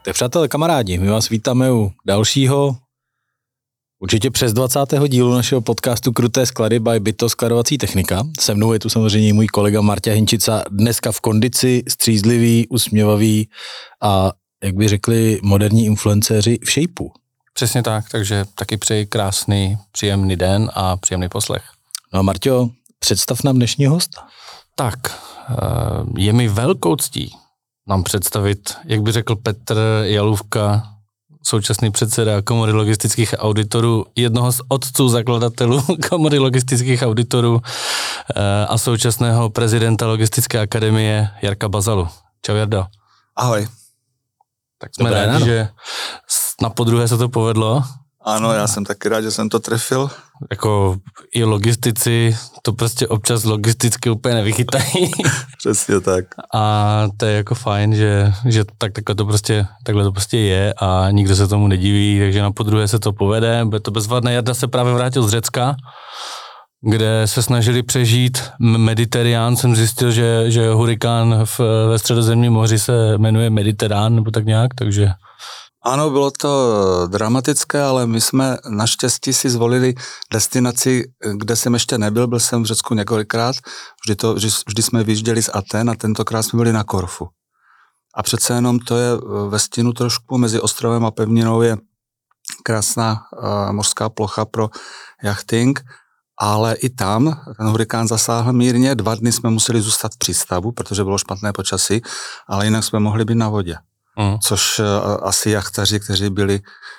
Tak přátelé, kamarádi, my vás vítáme u dalšího, určitě přes 20. dílu našeho podcastu Kruté sklady by Byto skladovací technika. Se mnou je tu samozřejmě můj kolega Marťa Hinčica, dneska v kondici, střízlivý, usměvavý a, jak by řekli moderní influencéři, v šejpu. Přesně tak, takže taky přeji krásný, příjemný den a příjemný poslech. No a Marťo, představ nám dnešního hosta. Tak, je mi velkou ctí nám představit, jak by řekl Petr Jalůvka, současný předseda Komory logistických auditorů, jednoho z otců zakladatelů Komory logistických auditorů a současného prezidenta Logistické akademie Jarka Bazalu. Čau Jardo. Ahoj. Tak jsme rádi, že na podruhé se to povedlo. Ano, já jsem taky rád, že jsem to trefil. Jako i logistici to prostě občas logisticky úplně nevychytají. Přesně tak. A to je jako fajn, že takhle to prostě je a nikdo se tomu nediví, takže na podruhé se to povede. Bude to bezvadné. Jarda se právě vrátil z Řecka, kde se snažili přežít Mediterán. Jsem zjistil, že hurikán ve Středozemním moři se jmenuje Mediterán, nebo tak nějak, takže... Ano, bylo to dramatické, ale my jsme naštěstí si zvolili destinaci, kde jsem ještě nebyl, byl jsem v Řecku několikrát, vždy jsme vyjížděli z Aten a tentokrát jsme byli na Korfu. A přece jenom to je ve stínu trošku, mezi ostrovem a pevninou je krásná mořská plocha pro jachting, ale i tam ten hurikán zasáhl mírně, 2 dny jsme museli zůstat v přístavu, protože bylo špatné počasí, ale jinak jsme mohli být na vodě. Což asi jachtaři, kteří byli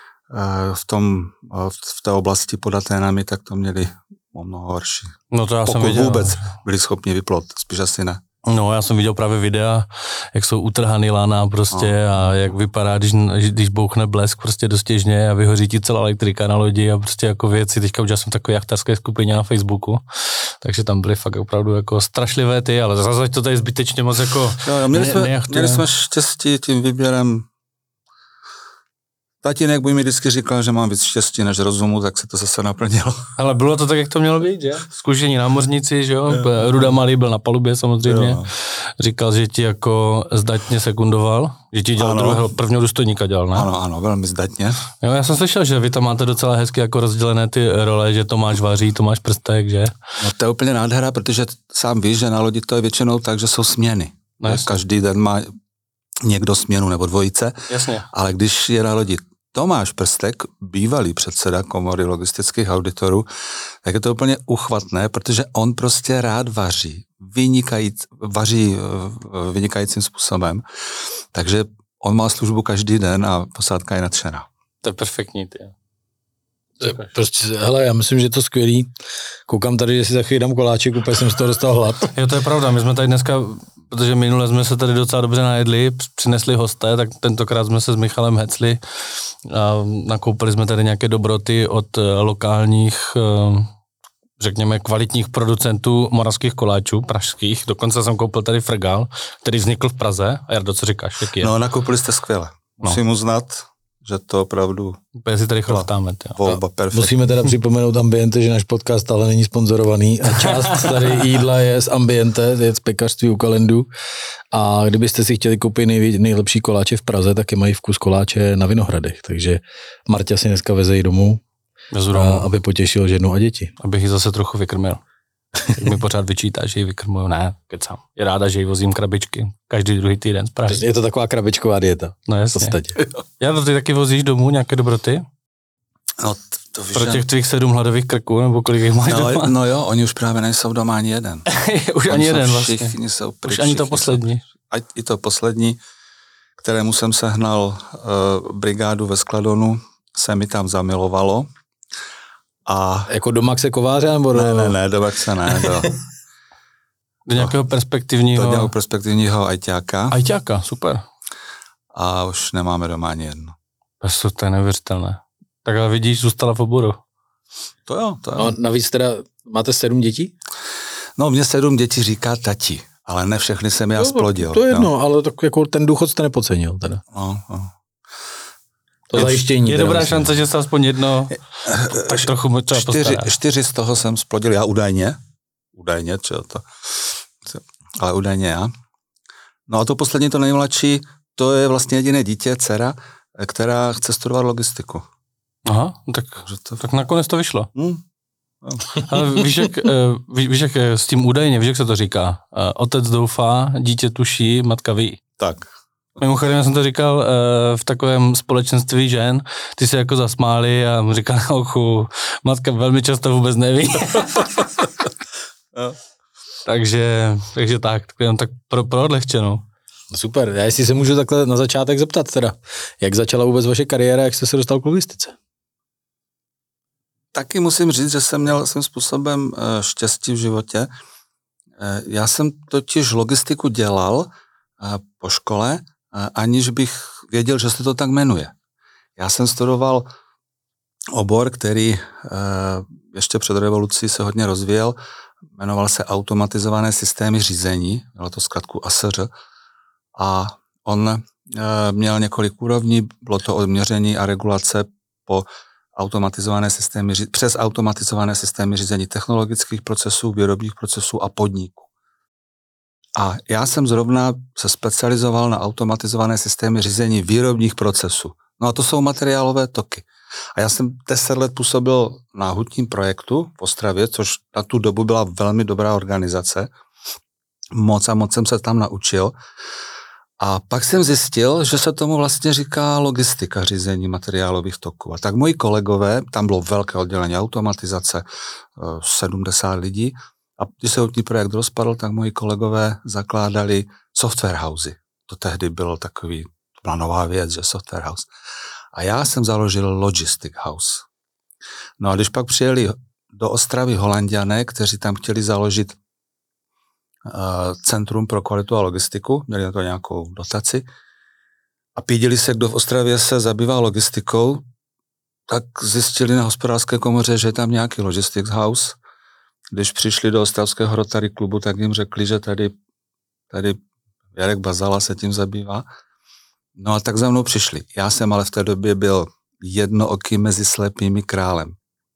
v té oblasti pod Aténami, tak to měli o mnoho horší. No to já jsem viděl. Vůbec byli schopni vyplout, spíš asi ne. No já jsem viděl právě videa, jak jsou utrhaný lana prostě a jak vypadá, když bouchne blesk prostě dostěžně a vyhoří ti celá elektrika na lodi a prostě jako věci. Teďka udělal jsem takové jachtarské skupině na Facebooku, takže tam byly fakt opravdu jako strašlivé ale zase to tady zbytečně moc jako měli jsme štěstí tím výběrem. Tatínek by mi vždycky říkal, že mám víc štěstí než rozumu, tak se to zase naplnilo. Ale bylo to tak, jak to mělo být, že? Zkušení námořníci, že jo? Ruda Malý byl na palubě samozřejmě. Jo. Říkal, že ti jako zdatně sekundoval, že ti dělal prvního důstojníka dělal, ne? Ano, velmi zdatně. Jo, já jsem slyšel, že vy tam máte docela hezky jako rozdělené ty role, že Tomáš vaří, Tomáš prstek, že? No to je úplně nádhera, protože sám víš, že na lodi to je většinou tak, že jsou směny. No, každý den má někdo směnu nebo dvojice. Jasně. Ale když je na lodi Tomáš Prstek, bývalý předseda Komory logistických auditorů, tak je to úplně uchvatné, protože on prostě rád vaří. Vaří vynikajícím způsobem. Takže on má službu každý den a posádka je nadšená. To je perfektní, ty. Prostě, hele, já myslím, že je to skvělý. Koukám tady, že si za chvíli dám koláček, úplně jsem z toho dostal hlad. Jo, to je pravda, my jsme tady dneska, protože minule jsme se tady docela dobře najedli, přinesli hosté, tak tentokrát jsme se s Michalem hecli a nakoupili jsme tady nějaké dobroty od lokálních, řekněme, kvalitních producentů moravských koláčů, pražských. Dokonce jsem koupil tady frgal, který vznikl v Praze. A Jardo, co říkáš, jaký je? No, nakoupili jste skvěle. Musím uznat, že to opravdu... Úplně si tady chrovtáme. Musíme teda připomenout Ambiente, že náš podcast ale není sponzorovaný a část tady jídla je z Ambiente, je z pekařství u Kalendu a kdybyste si chtěli koupit nejlepší koláče v Praze, tak je mají vkus koláče na Vinohradech, takže Marťa si dneska veze jí domů, aby potěšil ženu a děti. Abych ji zase trochu vykrmil. Tak mi pořád vyčítá, že ji vykrmuju. Ne, kecám. Je ráda, že ji vozím krabičky každý druhý týden z Prahy. Je to taková krabičková dieta. No jasně. Já ty taky vozíš domů nějaké dobroty? No, to víš, pro těch tvých 7 hladových krků, nebo kolik jich máš doma? No jo, oni už právě nejsou doma ani jeden. Už ani jeden vlastně. Jsou pryč, už ani to poslední. I to poslední, kterému jsem sehnal brigádu ve Skladonu, se mi tam zamilovalo. A jako do Maxe Kováře? Nebo Ne, do Maxe ne. Do nějakého perspektivního... Do nějakého perspektivního ajťáka. Ajťáka, super. A už nemáme doma ani jedno. To je neuvěřitelné. Tak ale vidíš, zůstala v oboru. To jo. No, navíc teda máte 7 dětí? No, mě 7 dětí říká tati, ale ne všechny jsem já splodil. To je jedno, ale tak jako ten důchod jste nepocenil teda. No. To zajištění. Je dobrá šance, že se aspoň jedno tak trochu třeba postará. 4 z toho jsem splodil já údajně, ale údajně já. No a to poslední, to nejmladší, to je vlastně jediné dítě, dcera, která chce studovat logistiku. Aha, tak nakonec to vyšlo. Ale víš, jak s tím údajně, víš, jak se to říká? Otec doufá, dítě tuší, matka ví. Tak. Mimochodem, já jsem to říkal v takovém společenství žen, ty se jako zasmáli a říkal na ochu, matka velmi často vůbec neví. takže tak pro odlehčenou. Super, já jestli se můžu takhle na začátek zeptat teda, jak začala vůbec vaše kariéra, jak jste se dostal k logistice? Taky musím říct, že jsem měl svým způsobem štěstí v životě. Já jsem totiž logistiku dělal po škole, aniž bych věděl, že se to tak jmenuje. Já jsem studoval obor, který ještě před revolucí se hodně rozvíjel, jmenoval se automatizované systémy řízení, bylo to zkrátku ASŘ, a on měl několik úrovní, bylo to od měření a regulace po přes automatizované systémy řízení technologických procesů, výrobních procesů a podniků. A já jsem zrovna se specializoval na automatizované systémy řízení výrobních procesů. No a to jsou materiálové toky. A já jsem 10 let působil na hutním projektu v Ostravě, což na tu dobu byla velmi dobrá organizace. Moc jsem se tam naučil. A pak jsem zjistil, že se tomu vlastně říká logistika řízení materiálových toků. A tak moji kolegové, tam bylo velké oddělení automatizace, 70 lidí, a když se hutní projekt rozpadl, tak moji kolegové zakládali software housey. To tehdy bylo byla nová věc, že software house. A já jsem založil logistic house. No a když pak přijeli do Ostravy Holanďané, kteří tam chtěli založit Centrum pro kvalitu a logistiku, měli na to nějakou dotaci a pídili se, kdo v Ostravě se zabývá logistikou, tak zjistili na hospodářské komoře, že je tam nějaký logistics house. Když přišli do ostravského Rotary klubu, tak jim řekli, že tady Jarek Bazala se tím zabývá. No a tak za mnou přišli. Já jsem ale v té době byl jednooký mezi slepými králem.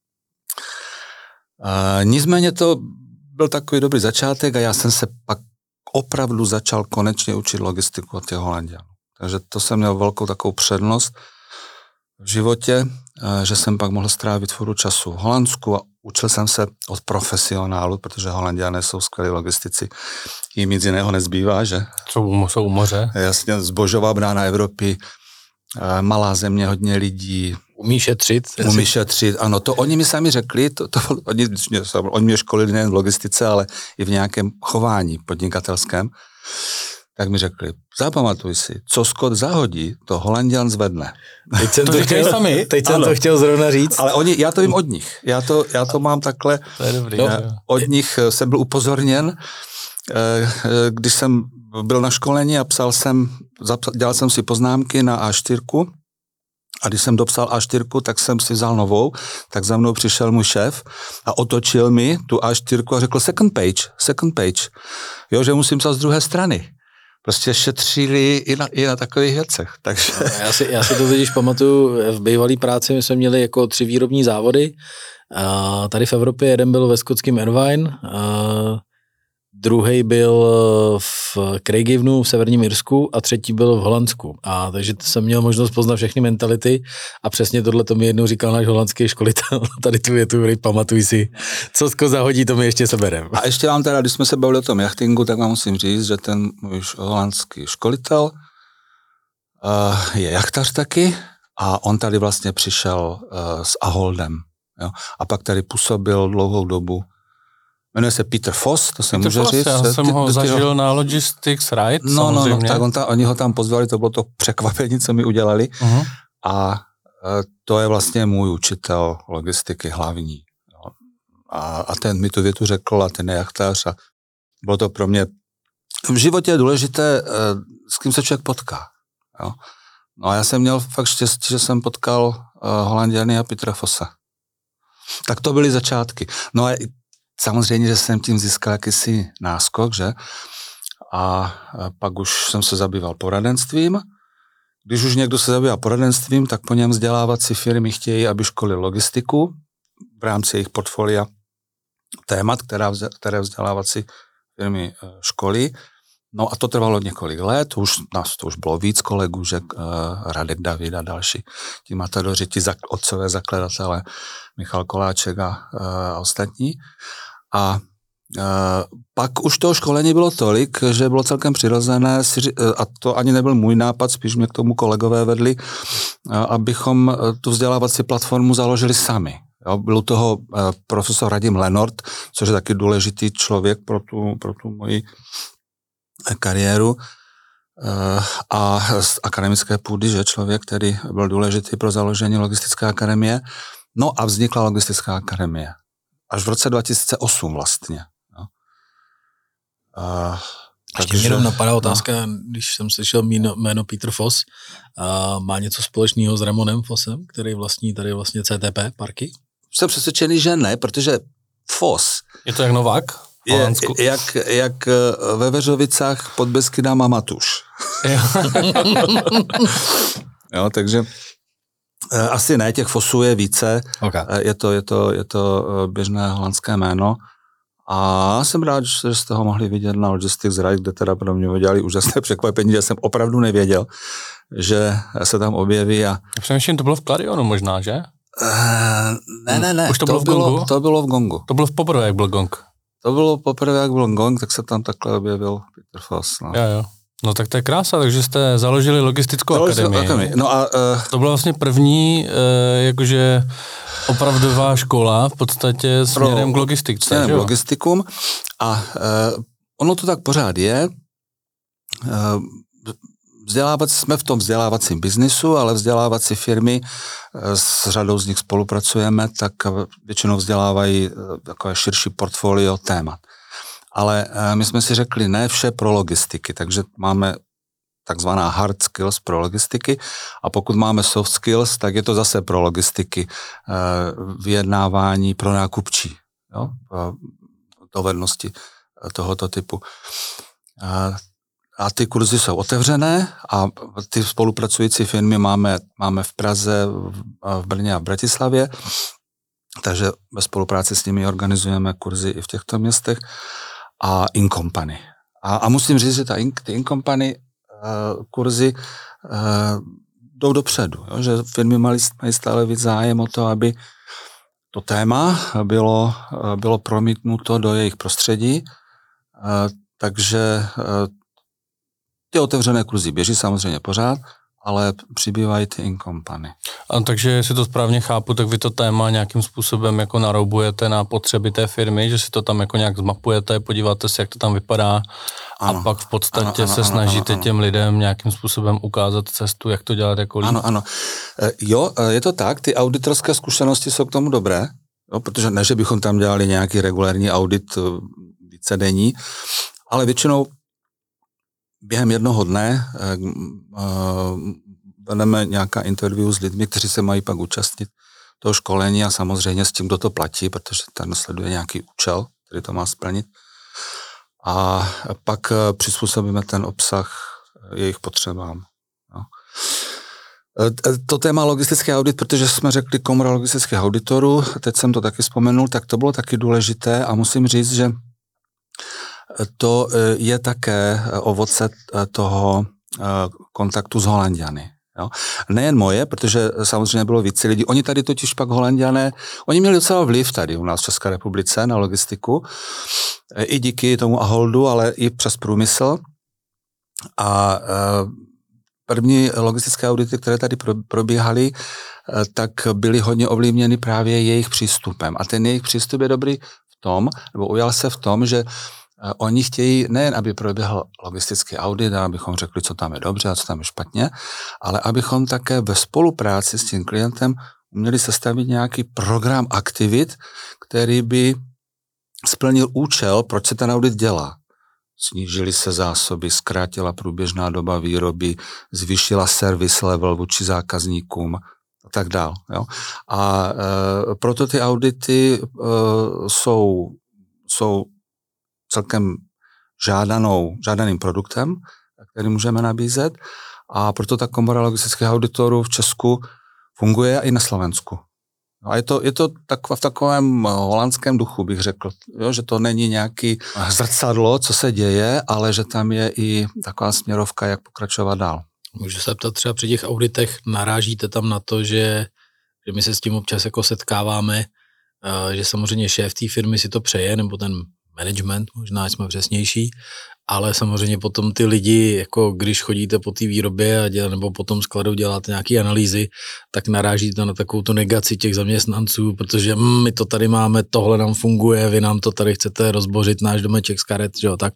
Nicméně to byl takový dobrý začátek a já jsem se pak opravdu začal konečně učit logistiku od těch Holanďanů. Takže to jsem měl velkou takovou přednost v životě, že jsem pak mohl strávit furt času v Holandsku a učil jsem se od profesionálu, protože Holanďané jsou skvělí logistici. Jim nic jiného nezbývá, že? Jsou u moře. Jasně, zbožová brána Evropy, malá země, hodně lidí. Umí šetřit, ano, to oni mi sami řekli, oni mě školili nejen v logistice, ale i v nějakém chování podnikatelském. Tak mi řekli, zapamatuj si, co Scott zahodí, to Holanďan zvedne. Teď jsem to chtěl zrovna říct. Ale já to vím od nich. Já to mám takhle. To je dobrý. Od nich jsem byl upozorněn, když jsem byl na školení a dělal jsem si poznámky na A4 a když jsem dopsal A4, tak jsem si vzal novou, tak za mnou přišel můj šéf a otočil mi tu A4 a řekl second page. Jo, že musím psát z druhé strany. Prostě šetřili i na takových věcech. Takže... Já si to totiž pamatuju, v bývalý práci my jsme měli jako 3 výrobní závody. Tady v Evropě jeden byl ve skotském Irvine, druhý byl v Craigavenu v Severním Irsku a třetí byl v Holandsku. Takže jsem měl možnost poznat všechny mentality a přesně tohle to mi jednou říkal náš holandský školitel. Tady tu větu, pamatuj si, co Scott zahodí, to mi ještě seberem. A ještě vám teda, když jsme se bavili o tom jachtingu, tak vám musím říct, že ten můj holandský školitel je jachtař taky a on tady vlastně přišel s Aholdem. Jo? A pak tady působil dlouhou dobu. Jmenuje se Peter Foss, to se může říct. Já jsem ho zažil na Logistics Ride, samozřejmě. Tak oni ho tam pozvali, to bylo to překvapení, co mi udělali. Uh-huh. A to je vlastně můj učitel logistiky hlavní. Jo. A ten mi tu větu řekl a ten je jachtař a bylo to pro mě v životě důležité, s kým se člověk potká. Jo. No a já jsem měl fakt štěstí, že jsem potkal Holanďany a Petra Fossa. Tak to byly začátky. No a samozřejmě, že jsem tím získal jakýsi náskok, že? A pak už jsem se zabýval poradenstvím. Když už někdo se zabývá poradenstvím, tak po něm vzdělávací firmy chtějí, aby školil logistiku v rámci jejich portfolia témat, které vzdělávací firmy školí. No a to trvalo několik let, to už bylo víc kolegů, že Radek David a další, ti matadoři, ti otcové zakladatelé, Michal Koláček a ostatní. A pak už toho školení bylo tolik, že bylo celkem přirozené, a to ani nebyl můj nápad, spíš mě k tomu kolegové vedli, abychom tu vzdělávací platformu založili sami. Jo, byl toho profesor Radim Lenort, což je taky důležitý člověk pro tu moji kariéru a z akademické půdy, že člověk, který byl důležitý pro založení Logistické akademie. No a vznikla Logistická akademie. Až v roce 2008 vlastně. Jo. Ještě mě jenom napadá otázka, když jsem slyšel jméno Peter Foss, má něco společného s Ramonem Fossem, který vlastní tady vlastně CTP parky? Jsem přesvědčený, že ne, protože Foss... Je to jak Novák? Je jak ve Veřovicách pod Beskydama Matuš. Jo, takže asi ne, těch Fossů je více. Okay. Je to běžné holandské jméno. A jsem rád, že jste ho mohli vidět na Logistics Ride, kde teda pro mě udělali úžasné překvapení, že jsem opravdu nevěděl, že se tam objeví. A... Přemýšlím, to bylo v Clarionu možná, že? Ne. Už to bylo v Gongu? To bylo v Gongu. To bylo poprvé, jak byl Gong. To bylo poprvé, jak byl Gong, tak se tam takhle objevil Peter Foss. No. Jo. No tak to je krása, takže jste založili Logistickou akademii. No a, to byla vlastně první jakože opravdová škola v podstatě směrem k logistice. Směrem k logistikům a ono to tak pořád je. Jsme v tom vzdělávacím biznisu, ale vzdělávací firmy, s řadou z nich spolupracujeme, tak většinou vzdělávají takové širší portfolio témat. Ale my jsme si řekli, ne vše pro logistiky, takže máme takzvaná hard skills pro logistiky a pokud máme soft skills, tak je to zase pro logistiky, vyjednávání pro nákupčí, jo? Dovednosti tohoto typu. A ty kurzy jsou otevřené a ty spolupracující firmy máme v Praze, v Brně a v Bratislavě, takže ve spolupráci s nimi organizujeme kurzy i v těchto městech a in-company. A musím říct, že ty in-company kurzy jdou dopředu, jo? Že firmy mají stále víc zájem o to, aby to téma bylo promítnuto do jejich prostředí, takže ty otevřené kurzy běží samozřejmě pořád, ale přibývají ty in-company. A takže, jestli to správně chápu, tak vy to téma nějakým způsobem jako naroubujete na potřeby té firmy, že si to tam jako nějak zmapujete, podíváte se, jak to tam vypadá a pak v podstatě se snažíte těm lidem nějakým způsobem ukázat cestu, jak to dělat jako líp. Ano. Jo, je to tak, ty auditorské zkušenosti jsou k tomu dobré, jo, protože ne, že bychom tam dělali nějaký regulární audit vícedenní, ale většinou během jednoho dne vedeme nějaká interview s lidmi, kteří se mají pak účastnit toho školení a samozřejmě s tím, kdo to platí, protože ten sleduje nějaký účel, který to má splnit. A pak přizpůsobíme ten obsah jejich potřebám. No. To téma logistický audit, protože jsme řekli Komora logistických auditorů, teď jsem to taky vzpomenul, tak to bylo taky důležité a musím říct, že to je také ovoce toho kontaktu s Holanďany. Jo. Nejen moje, protože samozřejmě bylo více lidí. Oni tady totiž pak Holanďané, oni měli docela vliv tady u nás v České republice na logistiku, i díky tomu Aholdu, ale i přes průmysl. A první logistické audity, které tady probíhaly, tak byly hodně ovlivněny právě jejich přístupem. A ten jejich přístup je dobrý v tom, nebo ujal se v tom, že oni chtějí nejen, aby proběhl logistický audit, abychom řekli, co tam je dobře a co tam je špatně, ale abychom také ve spolupráci s tím klientem uměli sestavit nějaký program aktivit, který by splnil účel, proč se ten audit dělá. Snížily se zásoby, zkrátila průběžná doba výroby, zvýšila service level vůči zákazníkům a tak dál. Jo? A proto ty audity jsou celkem žádaným produktem, který můžeme nabízet a proto ta Komora logistických auditorů v Česku funguje i na Slovensku. A je to v takovém holandském duchu, bych řekl, jo, že to není nějaký zrcadlo, co se děje, ale že tam je i taková směrovka, jak pokračovat dál. Můžu se ptat, třeba při těch auditech narážíte tam na to, že my se s tím občas jako setkáváme, že samozřejmě šéf té firmy si to přeje, nebo ten management, možná jsme přesnější, ale samozřejmě potom ty lidi, jako když chodíte po té výrobě nebo po tom skladu děláte nějaké analýzy, tak narážíte na takovou tu negaci těch zaměstnanců, protože my to tady máme, tohle nám funguje, vy nám to tady chcete rozbořit, náš domeček z karet, že jo, tak?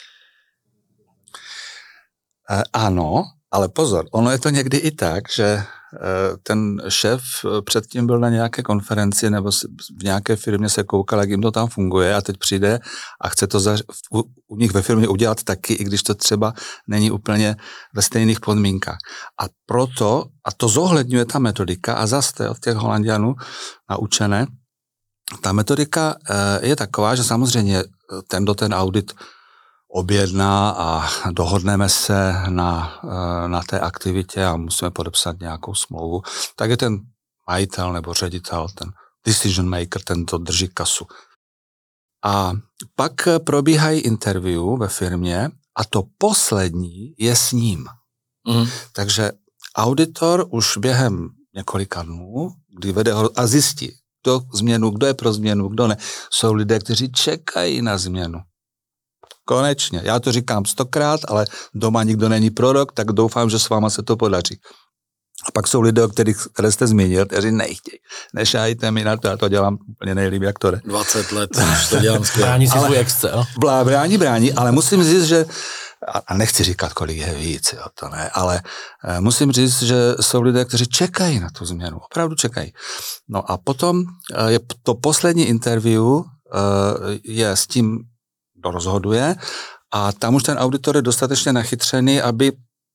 Ano, ale pozor, ono je to někdy i tak, že ten šéf předtím byl na nějaké konferenci nebo v nějaké firmě se koukal, jak jim to tam funguje a teď přijde a chce to u nich ve firmě udělat taky, i když to třeba není úplně ve stejných podmínkách. A proto, a to zohledňuje ta metodika a zase od těch Holanďanů naučené, ta metodika je taková, že samozřejmě ten audit objedná a dohodneme se na té aktivitě a musíme podepsat nějakou smlouvu, tak je ten majitel nebo ředitel, ten decision maker, ten to drží kasu. A pak probíhají interview ve firmě a to poslední je s ním. Takže auditor už během několika dnů, kdy vede a zjistí, kdo je pro změnu, kdo ne. Jsou lidé, kteří čekají na změnu. Konečně. Já to říkám 100krát, ale doma nikdo není prorok, tak doufám, že s váma se to podaří. A pak jsou lidé, které jste zmínil, kteří nechtějí. Nešájte mi na to, já to dělám úplně nejlíp, jak to jde. 20 let už to dělám skvěle. Brání si svůj Excel. Brání, ale musím říct, že a nechci říkat, kolik je víc, jo, to ne, ale musím říct, že jsou lidé, kteří čekají na tu změnu, opravdu čekají. No a potom je to poslední interview je s tím, kdo rozhoduje a tam už ten auditor je dostatečně nachytřený, aby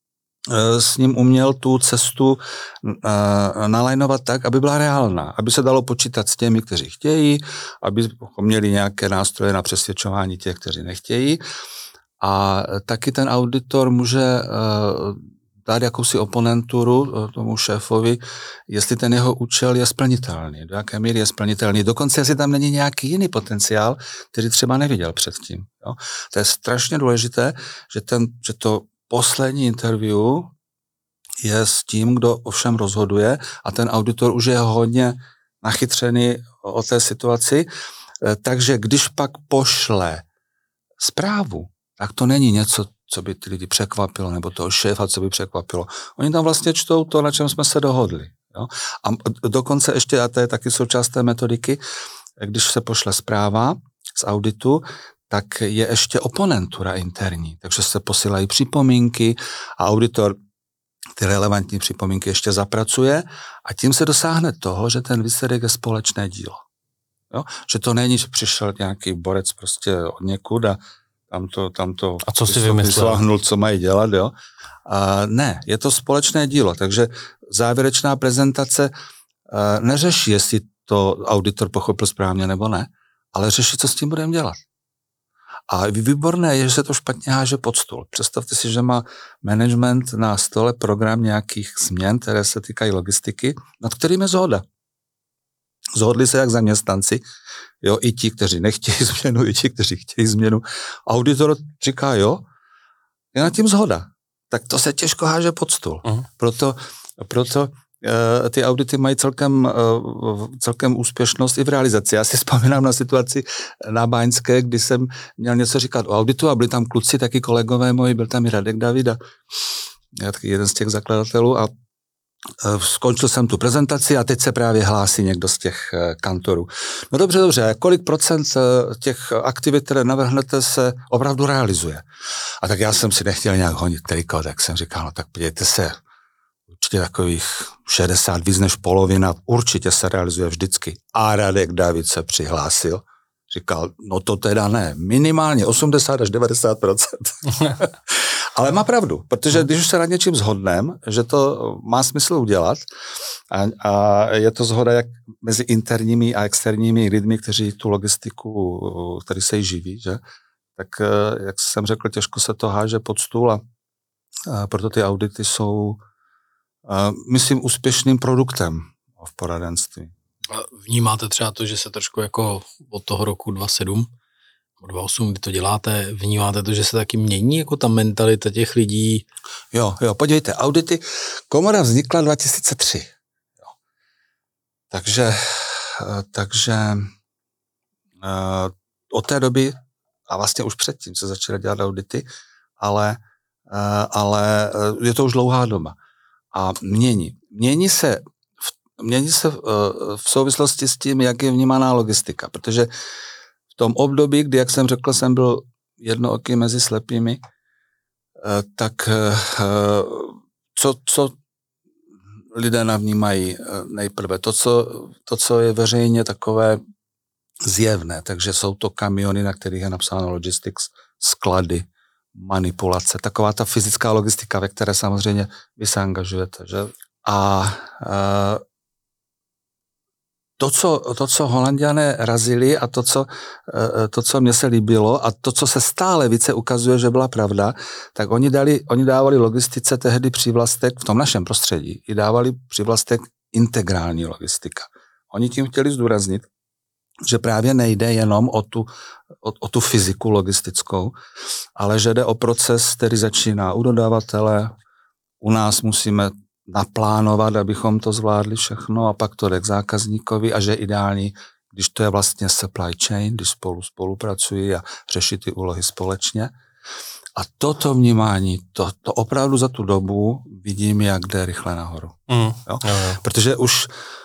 s ním uměl tu cestu nalajnovat tak, aby byla reálná, aby se dalo počítat s těmi, kteří chtějí, aby měli nějaké nástroje na přesvědčování těch, kteří nechtějí. A taky ten auditor může dát jakousi oponenturu tomu šéfovi, jestli ten jeho účel je splnitelný, do jaké míry je splnitelný. Dokonce, jestli tam není nějaký jiný potenciál, který třeba neviděl předtím. Jo? To je strašně důležité, že to poslední interview je s tím, kdo ovšem rozhoduje a ten auditor už je hodně nachytřený o té situaci, takže když pak pošle zprávu, tak to není něco, co by ty lidi překvapilo, nebo toho šéfa, co by překvapilo. Oni tam vlastně čtou to, na čem jsme se dohodli. Jo? A dokonce ještě, a to je taky součást té metodiky, když se pošle zpráva z auditu, tak je ještě oponentura interní, takže se posílají připomínky a auditor ty relevantní připomínky ještě zapracuje a tím se dosáhne toho, že ten výsledek je společné dílo. Jo? Že to není, že přišel nějaký borec prostě od někud a tam to a co si vymyslel? Co mají dělat, jo? A ne, je to společné dílo, takže závěrečná prezentace neřeší, jestli to auditor pochopil správně nebo ne, ale řeší, co s tím budeme dělat. A výborné je, že se to špatně háže pod stůl. Představte si, že má management na stole program nějakých změn, které se týkají logistiky, nad kterým je zhoda. Zhodli se jak zaměstnanci, jo, i ti, kteří nechtějí změnu, i ti, kteří chtějí změnu. Auditor říká, jo, je nad tím zhoda. Tak to se těžko háže pod stůl. Proto ty audity mají celkem úspěšnost i v realizaci. Já si vzpomínám na situaci na Báňské, kdy jsem měl něco říkat o auditu a byli tam kluci, taky kolegové moji, byl tam i Radek Davida, jeden z těch zakladatelů a skončil jsem tu prezentaci a teď se právě hlásí někdo z těch kantorů. No dobře, kolik procent těch aktivit, které navrhnete, se opravdu realizuje? A tak já jsem si nechtěl nějak honit triko, tak jsem říkal, no tak podívejte se, určitě takových 60, víc než polovina, určitě se realizuje vždycky. A Radek David se přihlásil, říkal, no to teda ne, minimálně 80 až 90%. Ale má pravdu, protože když už se nad něčím shodneme, že to má smysl udělat a je to shoda jak mezi interními a externími lidmi, kteří tu logistiku, který se jí živí, že? Tak jak jsem řekl, těžko se to háže pod stůl a proto ty audity jsou, myslím, úspěšným produktem v poradenství. Vnímáte třeba to, že se trošku jako od toho roku 2007 2008, kdy to děláte, vnímáte to, že se taky mění jako ta mentalita těch lidí? Jo, podívejte, audity, komora vznikla 2003. Jo. Takže od té doby, a vlastně už předtím se začaly dělat audity, ale je to už dlouhá doba. A mění se v souvislosti s tím, jak je vnímaná logistika, protože v tom období, kdy, jak jsem řekl, jsem byl jednooký mezi slepými, tak co lidé navnímají nejprve? To, co je veřejně takové zjevné, takže jsou to kamiony, na kterých je napsáno logistics, sklady, manipulace, taková ta fyzická logistika, ve které samozřejmě vy se angažujete, že? A to, co Holanďané razili a to, co mně se líbilo a to, co se stále více ukazuje, že byla pravda, tak oni dávali logistice tehdy přívlastek v tom našem prostředí. I dávali přívlastek integrální logistika. Oni tím chtěli zdůraznit, že právě nejde jenom o tu fyziku logistickou, ale že jde o proces, který začíná u dodavatele, u nás musíme naplánovat, abychom to zvládli všechno a pak to jde k zákazníkovi a že ideální, když to je vlastně supply chain, když spolupracují a řeší ty úlohy společně. A toto vnímání, to opravdu za tu vidím, jak jde rychle nahoru. Jo? Protože už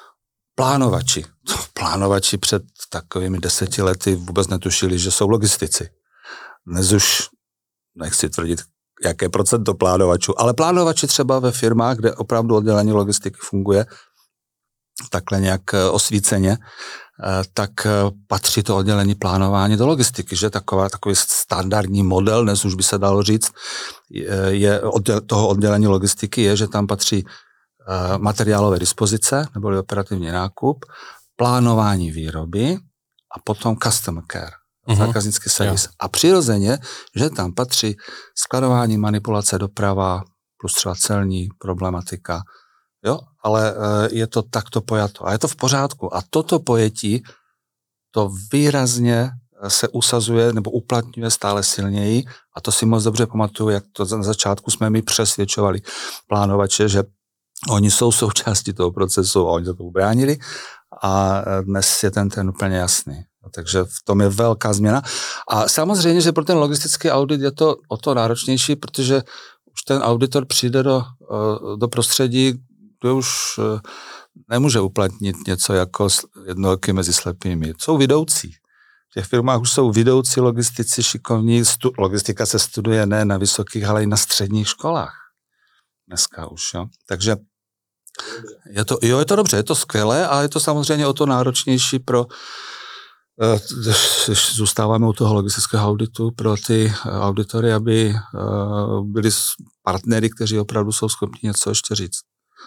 plánovači před takovými 10 lety vůbec netušili, že jsou logistici. Dnes už nechci tvrdit, jaké procento plánovačů, ale plánovači třeba ve firmách, kde opravdu oddělení logistiky funguje takhle nějak osvíceně, tak patří to oddělení plánování do logistiky, že takový standardní model, dnes už by se dalo říct, toho oddělení logistiky je, že tam patří materiálové dispozice, neboli operativní nákup, plánování výroby a potom customer care, zákaznický servis. A přirozeně, že tam patří skladování, manipulace, doprava, plus třeba celní problematika. Jo, ale je to takto pojato. A je to v pořádku. A toto pojetí, to výrazně se usazuje nebo uplatňuje stále silněji. A to si moc dobře pamatuju, jak to na začátku jsme mi přesvědčovali plánovače, že oni jsou součástí toho procesu a oni se to ubránili. A dnes je ten úplně jasný. Takže v tom je velká změna. A samozřejmě, že pro ten logistický audit je to o to náročnější, protože už ten auditor přijde do prostředí, kde už nemůže uplatnit něco jako jednooky mezi slepými. Jsou vidoucí. V těch firmách už jsou vidoucí logistici šikovní. Logistika se studuje ne na vysokých, ale i na středních školách. Dneska už, jo. Takže je to dobře, je to skvělé a je to samozřejmě o to náročnější pro zůstáváme u toho logistického auditu pro ty auditory, aby byli partnery, kteří opravdu jsou schopni něco ještě říct.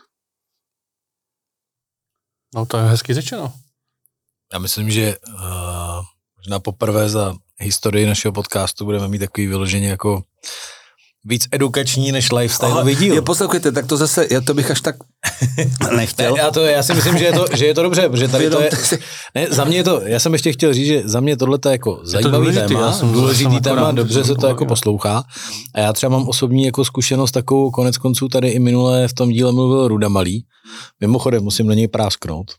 No to je hezky řečeno. Já myslím, že možná poprvé za historii našeho podcastu budeme mít takový vyloženě jako víc edukační než lifestyleový díl. Poslouchejte, tak to zase, to bych až tak nechtěl. Já si myslím, že je to dobře, protože tady to je, ne, za mě je to, já jsem ještě chtěl říct, že za mě tohle je jako zajímavý téma, důležitý téma, dobře se to jako poslouchá. A já třeba mám osobní jako zkušenost takovou, konec konců tady i minule v tom díle mluvil Ruda Malý. Mimochodem, musím na něj prásknout.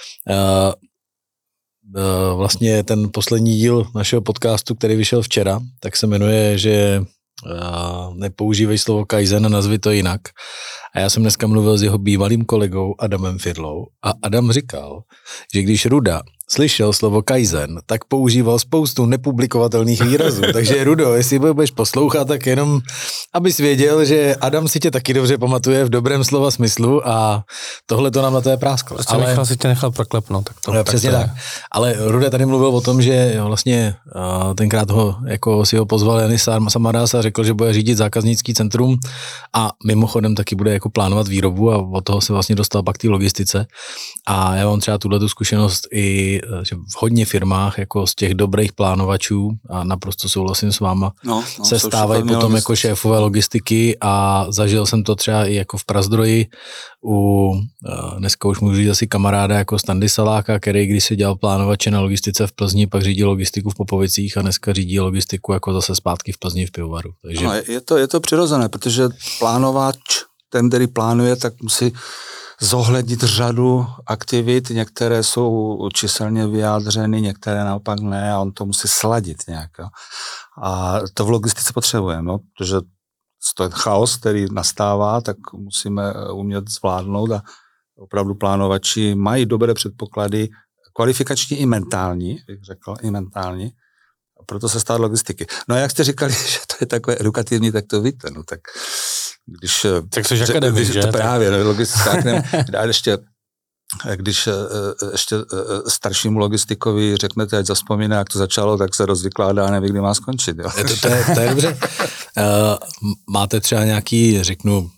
Vlastně ten poslední díl našeho podcastu, který vyšel včera, tak se jmenuje, že nepoužívej slovo Kaizen a nazvi to jinak. A já jsem dneska mluvil s jeho bývalým kolegou Adamem Fidlou a Adam říkal, že když Ruda slyšel slovo Kaizen, tak používal spoustu nepublikovatelných výrazů. Takže Rudo, jestli budeš poslouchat, tak jenom abys věděl, že Adam si tě taky dobře pamatuje v dobrém slova smyslu a tohle to nám na to je prásklo. Si tě nechal proklepnout. Tak to, přesně tak. Ale Ruda tady mluvil o tom, že vlastně tenkrát si ho pozval Janis Samaras a řekl, že bude řídit zákaznický centrum a mimochodem taky bude jako plánovat výrobu a od toho se vlastně dostal pak té logistice. A já mám třeba tuhletu zkušenost i že v hodně firmách, jako z těch dobrých plánovačů, a naprosto souhlasím s váma, se stávají potom jako šéfové logistiky a zažil jsem to třeba i jako v Prazdroji dneska už můžu říct asi kamaráda jako Standy Saláka, který když se dělal plánovače na logistice v Plzni, pak řídil logistiku v Popovicích a dneska řídí logistiku jako zase zpátky v Plzni v pivovaru. Takže... No, je to přirozené, protože plánovač, ten, který plánuje, tak musí zohlednit řadu aktivit, některé jsou číselně vyjádřeny, některé naopak ne a on to musí sladit nějak. Jo. A to v logistice potřebujeme, no, protože ten chaos, který nastává, tak musíme umět zvládnout a opravdu plánovači mají dobré předpoklady, kvalifikační i mentální, bych řekl, i mentální. A proto se stát logistiky. No a jak jste říkali, že to je takové edukativní, tak to víte, no tak když... Tak jsi akademik, že? To právě, no, logistická akademie, když ještě staršímu logistikovi řeknete, ať zavzpomíná, jak to začalo, tak se rozvykládá a neví, kdy má skončit. Jo. To je dobře. Máte třeba nějaký, řeknu,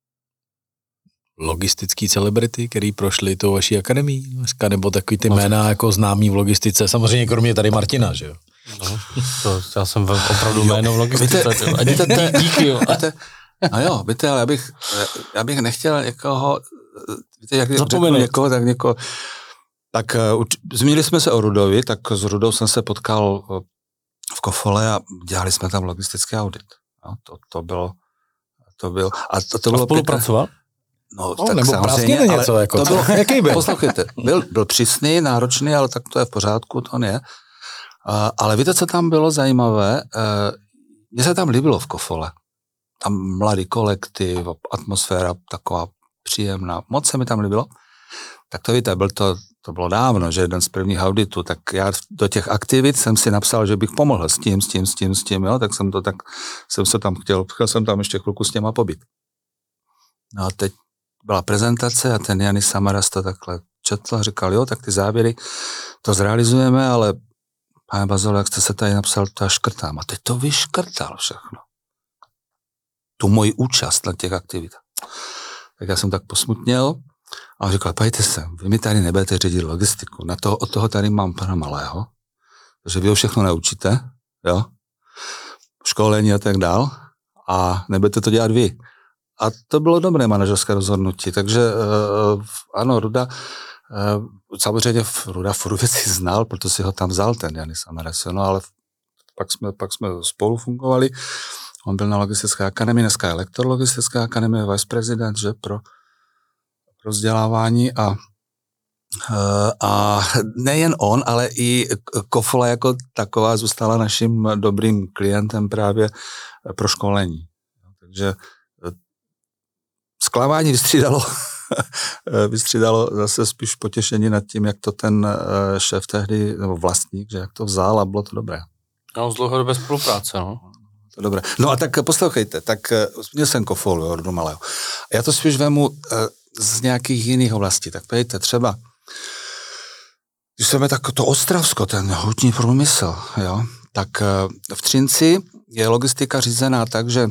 logistický celebrity, který prošli tou vaší akademii dneska, nebo takový ty jména jako známý v logistice, samozřejmě kromě tady Martina, že jo? No, já jsem opravdu jméno v logistice. Díky, jo. No jo, víte, ale já bych nechtěl někoho, víte, jak řeknu někoho, tak někoho, tak zmínili jsme se o Rudovi, tak s Rudou jsem se potkal v Kofole a dělali jsme tam logistický audit. No, to bylo. A bylo spolupracoval? No, tak nebo samozřejmě, ale něco, jako, to bylo, jaký byl? Poslouchejte, byl přísný, náročný, ale tak to je v pořádku, to je. Ale víte, co tam bylo zajímavé? Mně se tam líbilo v Kofole. Tam mladý kolektiv, atmosféra taková příjemná. Moc se mi tam líbilo. Tak to víte, to bylo dávno, že jeden z prvních auditů, tak já do těch aktivit jsem si napsal, že bych pomohl s tím, jo, tak jsem se tam chtěl jsem tam ještě chvilku s těma pobyt. No a teď byla prezentace a ten Janis Samaras to takhle četl a říkal, jo, tak ty závěry to zrealizujeme, ale pane Bazolo, jak jste se tady napsal, to já škrtám. A teď to vyškrtal všechno. Tu moji účast na těch aktivitách. Tak já jsem tak posmutněl a on říkal, pojďte se, vy mi tady nebudete řídit logistiku. Od toho tady mám pana Malého, že vy ho všechno naučíte, jo, školení a tak dál a nebudete to dělat vy. A to bylo dobré manažerské rozhodnutí, takže ano, Ruda, samozřejmě Ruda furt věci znal, proto si ho tam vzal ten Janis Samaras, no ale pak jsme spolu fungovali. On byl na logistické akademii, dneska je lektor logistické akademie, viceprezident, že pro vzdělávání a nejen on, ale i Kofola jako taková zůstala naším dobrým klientem právě pro školení. Takže zklamání vystřídalo zase spíš potěšení nad tím, jak to ten šéf tehdy, nebo vlastník, že jak to vzal a bylo to dobré. No, z dlouhodobé spolupráce, no. To dobré. No a tak poslouchejte, tak měl jsem Kofolu, Rudu Malého. Já to spíš vemu z nějakých jiných oblastí, tak pojďte třeba, když jsme tak to Ostravsko, ten hutní průmysl, jo, tak v Třinci je logistika řízená tak, že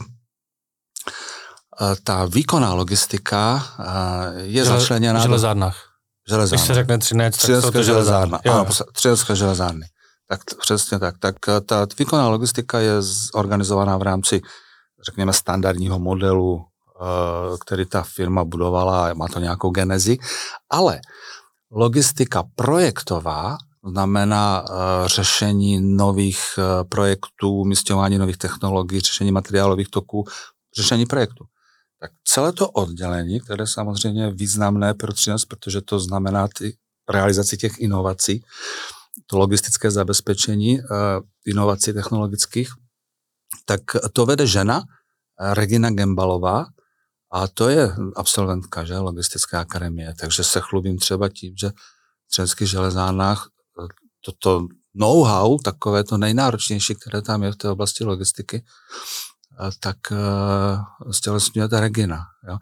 ta výkonná logistika je začleněná... V železárnách. Když se řekne Třinec, tak jsou to železárna. Ano, Třinecké železárny. Tak přesně tak. Tak ta výkonná logistika je organizovaná v rámci, řekněme, standardního modelu, který ta firma budovala, má to nějakou genezi, ale logistika projektová, znamená řešení nových projektů, umisťování nových technologií, řešení materiálových toků, řešení projektu. Tak celé to oddělení, které je samozřejmě významné pro Třinec, protože to znamená realizaci těch inovací, to logistické zabezpečení inovací technologických, tak to vede žena, Regina Gembalová, a to je absolventka, že, logistické akademie, takže se chlubím třeba tím, že v Třineckých železárnách toto know-how, takové to nejnáročnější, které tam je v té oblasti logistiky, tak stělesňuje ta Regina. Jo.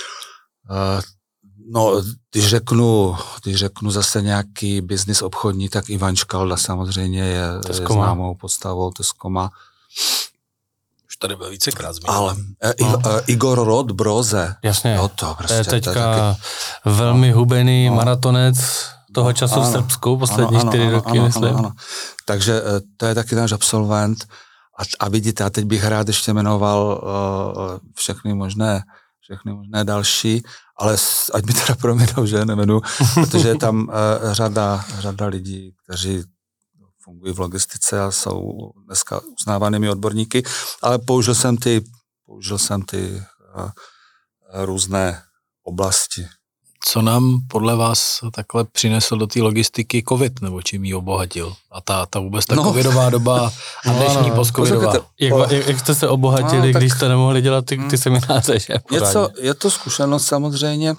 No, když řeknu zase nějaký biznis obchodní, tak Ivan Škalda samozřejmě je známou postavou, Tesco má tady byl vícekrát zmíněn. Ale Igor Rod, Broze. Jasně, jo, to je teďka velmi hubený maratonec toho času v Srbsku, poslední 4 roky, myslím. Ano. Takže to je taky náš absolvent. A vidíte, a teď bych rád ještě jmenoval všechny možné další, ale ať mi teda proměnou, že nemenu, protože je tam řada lidí, kteří fungují v logistice a jsou dneska uznávanými odborníky, ale použil jsem ty různé oblasti. Co nám podle vás takhle přinesl do té logistiky covid, nebo čím ji obohatil? A ta vůbec ta covidová doba a dnešní postcovidová. Jak jste se obohatili, když jste nemohli dělat ty semináře? Že? Je to zkušenost samozřejmě.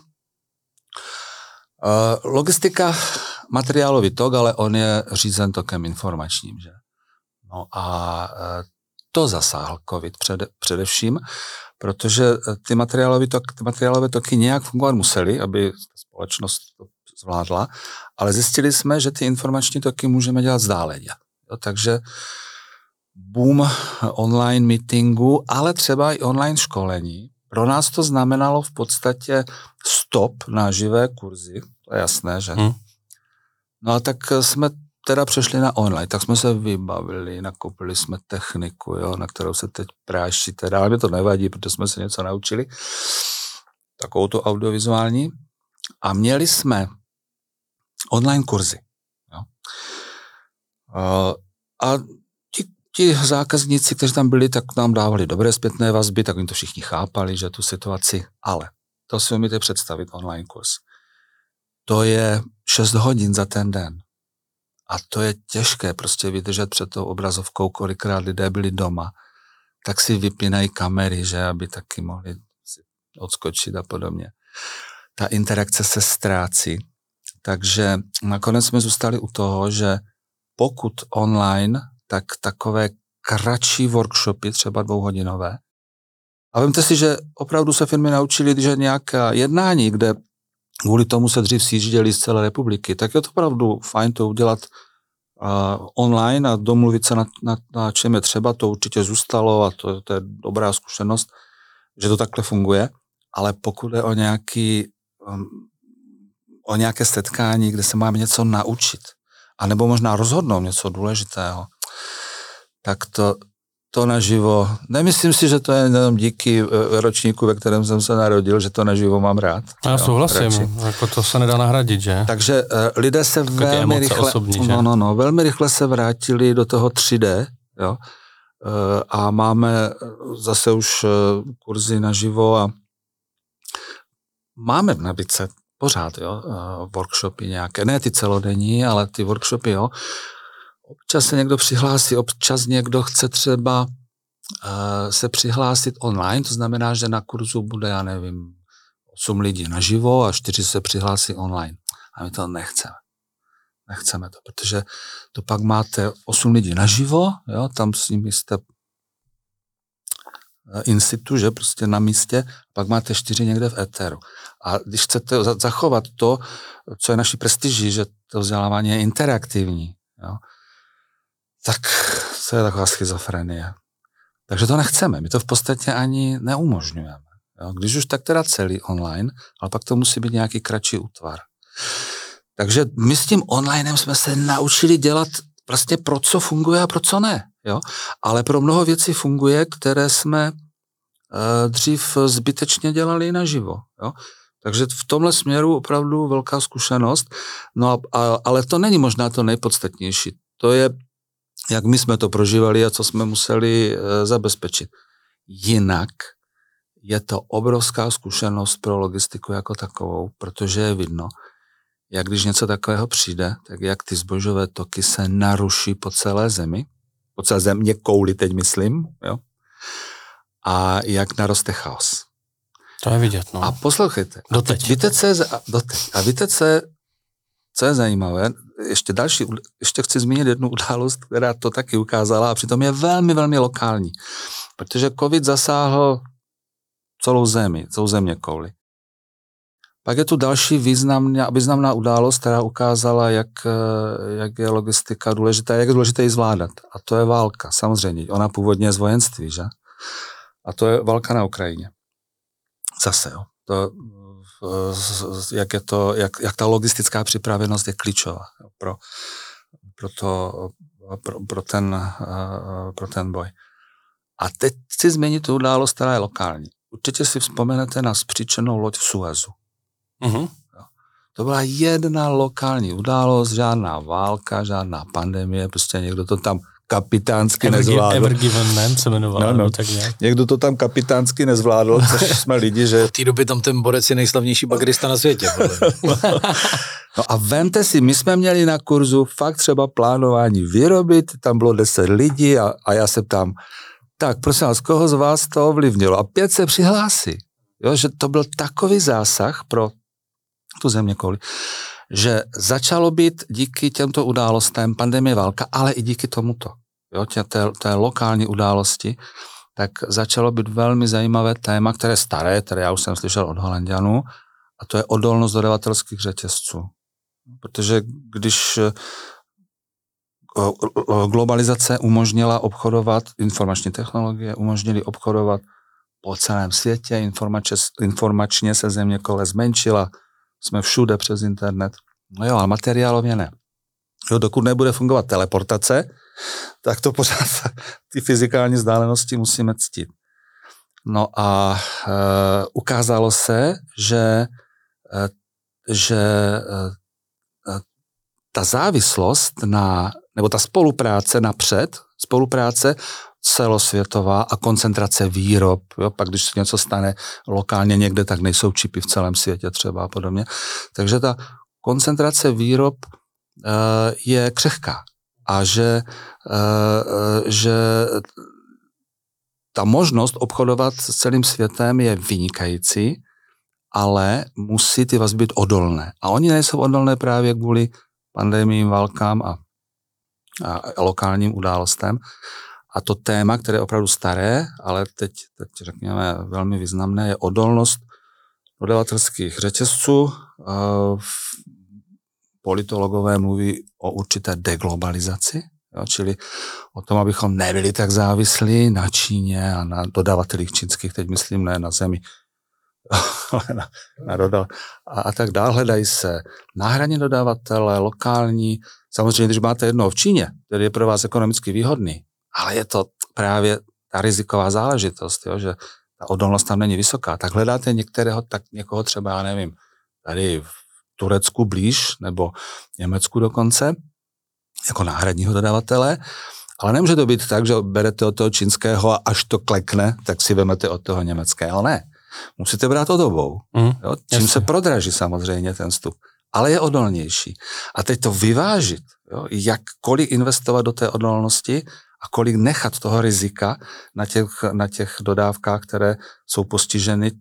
Logistika, materiálový tok, ale on je řízen tokem informačním. Že? No a to zasáhl covid především, protože ty materiálové toky nějak fungovat musely, aby společnost to zvládla, ale zjistili jsme, že ty informační toky můžeme dělat vzdáleně. Takže boom online meetingu, ale třeba i online školení. Pro nás to znamenalo v podstatě stop na živé kurzy, to je jasné, že? No a tak jsme teda přešli na online, tak jsme se vybavili, nakoupili jsme techniku, jo, na kterou se teď práší teda, ale mě to nevadí, protože jsme se něco naučili, takovou to audiovizuální, a měli jsme online kurzy. Jo. A ti zákazníci, kteří tam byli, tak nám dávali dobré zpětné vazby, tak oni to všichni chápali, že tu situaci, ale to si umíte představit online kurz. To je 6 hodin za ten den. A to je těžké prostě vydržet před tou obrazovkou, kolikrát lidé byli doma, tak si vypínají kamery, že, aby taky mohli si odskočit a podobně. Ta interakce se ztrácí. Takže nakonec jsme zůstali u toho, že pokud online, tak takové kratší workshopy, třeba 2hodinové. A vemte si, že opravdu se firmy naučili, že nějaká jednání, kde kvůli tomu se dřív sjížděli z celé republiky, tak je to opravdu fajn to udělat online a domluvit se na čem je třeba, to určitě zůstalo a to je dobrá zkušenost, že to takhle funguje, ale pokud je o nějaké setkání, kde se máme něco naučit, anebo možná rozhodnout něco důležitého, tak to naživo, nemyslím si, že to je jenom díky ročníku, ve kterém jsem se narodil, že to naživo mám rád. Já souhlasím, jako to se nedá nahradit, že? Takže lidé se velmi rychle, osobní, velmi rychle se vrátili do toho 3D, jo? A máme zase už kurzy naživo a máme v nabídce pořád, jo? Workshopy nějaké, ne ty celodenní, ale ty workshopy, jo? Občas se někdo přihlásí, občas někdo chce třeba se přihlásit online, to znamená, že na kurzu bude, já nevím, 8 lidí naživo a 4 se přihlásí online. A my to nechceme. Nechceme to, protože to pak máte 8 lidí naživo, jo, tam s nimi jste in situ, že prostě na místě, pak máte 4 někde v éteru. A když chcete zachovat to, co je naší prestiží, že to vzdělávání je interaktivní, jo, tak to je taková schizofrenie. Takže to nechceme, my to v podstatě ani neumožňujeme. Jo? Když už tak teda celý online, ale pak to musí být nějaký kratší útvar. Takže my s tím onlinem jsme se naučili dělat vlastně pro co funguje a pro co ne. Jo? Ale pro mnoho věcí funguje, které jsme dřív zbytečně dělali naživo. Jo? Takže v tomhle směru opravdu velká zkušenost, no ale to není možná to nejpodstatnější. To je, jak my jsme to prožívali a co jsme museli zabezpečit. Jinak je to obrovská zkušenost pro logistiku jako takovou, protože je vidno, jak když něco takového přijde, tak jak ty zbožové toky se naruší po celé zemi, po celé země kouli teď myslím, jo? A jak naroste chaos. To je vidět, no. A poslouchejte. Doteď. Víte, co je zajímavé, ještě chci zmínit jednu událost, která to taky ukázala a přitom je velmi, velmi lokální. Protože covid zasáhl celou země kouli. Pak je tu další významná událost, která ukázala, jak je logistika důležitá, jak je důležité ji zvládat. A to je válka, samozřejmě. Ona původně je z vojenství, že? A to je válka na Ukrajině. Zase, jo. Jak ta logistická připravenost je klíčová pro ten boj. A teď chci změnit tu událost, která je lokální. Určitě si vzpomenete na vzpříčenou loď v Suezu. Uh-huh. To byla jedna lokální událost, žádná válka, žádná pandemie, prostě někdo to tam kapitánsky nezvládl. Ever Given Man se jmenoval. No. Tak někdo to tam kapitánsky nezvládl, což jsme lidi, že... V té době tam ten borec je nejslavnější bagrista na světě. No a vemte si, my jsme měli na kurzu fakt třeba plánování vyrobit, tam bylo 10 lidí a já se ptám, tak prosím vás, koho z vás to ovlivnilo? A 5 se přihlásí. Jo, že to byl takový zásah pro tu zeměkouli, že začalo být díky těmto událostem pandemie, válka, ale i díky tomuto, jo, té lokální události, tak začalo být velmi zajímavé téma, které je staré, které já už jsem slyšel od Holanďanů, a to je odolnost dodavatelských řetězců. Protože když globalizace umožnila obchodovat, informační technologie umožnily obchodovat po celém světě, informačně se zeměkoule zmenšila, jsme všude přes internet. No jo, ale materiálově ne. Jo, dokud nebude fungovat teleportace, tak to pořád ty fyzikální vzdálenosti musíme ctít. No a ukázalo se, že ta závislost nebo ta spolupráce celosvětová a koncentrace výrob, jo, pak když se něco stane lokálně někde, tak nejsou čipy v celém světě třeba a podobně. Takže ta koncentrace výrob je křehká a že ta možnost obchodovat s celým světem je vynikající, ale musí ty vazby být odolné. A oni nejsou odolné právě kvůli pandemiím, válkám a lokálním událostem. A to téma, které je opravdu staré, ale teď řekněme velmi významné, je odolnost dodavatelských řetězců. Politologové mluví o určité deglobalizaci, jo, čili o tom, abychom nebyli tak závislí na Číně a na dodavatelích čínských, teď myslím ne na zemi, ale na a tak dále. Hledají se náhradní dodavatele, lokální. Samozřejmě, když máte jednoho v Číně, který je pro vás ekonomicky výhodný, ale je to právě ta riziková záležitost, jo, že ta odolnost tam není vysoká, tak hledáte někoho třeba, já nevím, tady v Turecku blíž, nebo Německu dokonce, jako náhradního dodavatele, ale nemůže to být tak, že berete od toho čínského a až to klekne, tak si vemete od toho německého. Ne. Musíte brát od obou. Jo? Čím se prodraží samozřejmě ten vstup, ale je odolnější. A teď to vyvážit, jo? Kolik investovat do té odolnosti a kolik nechat toho rizika na těch dodávkách, které jsou postiženy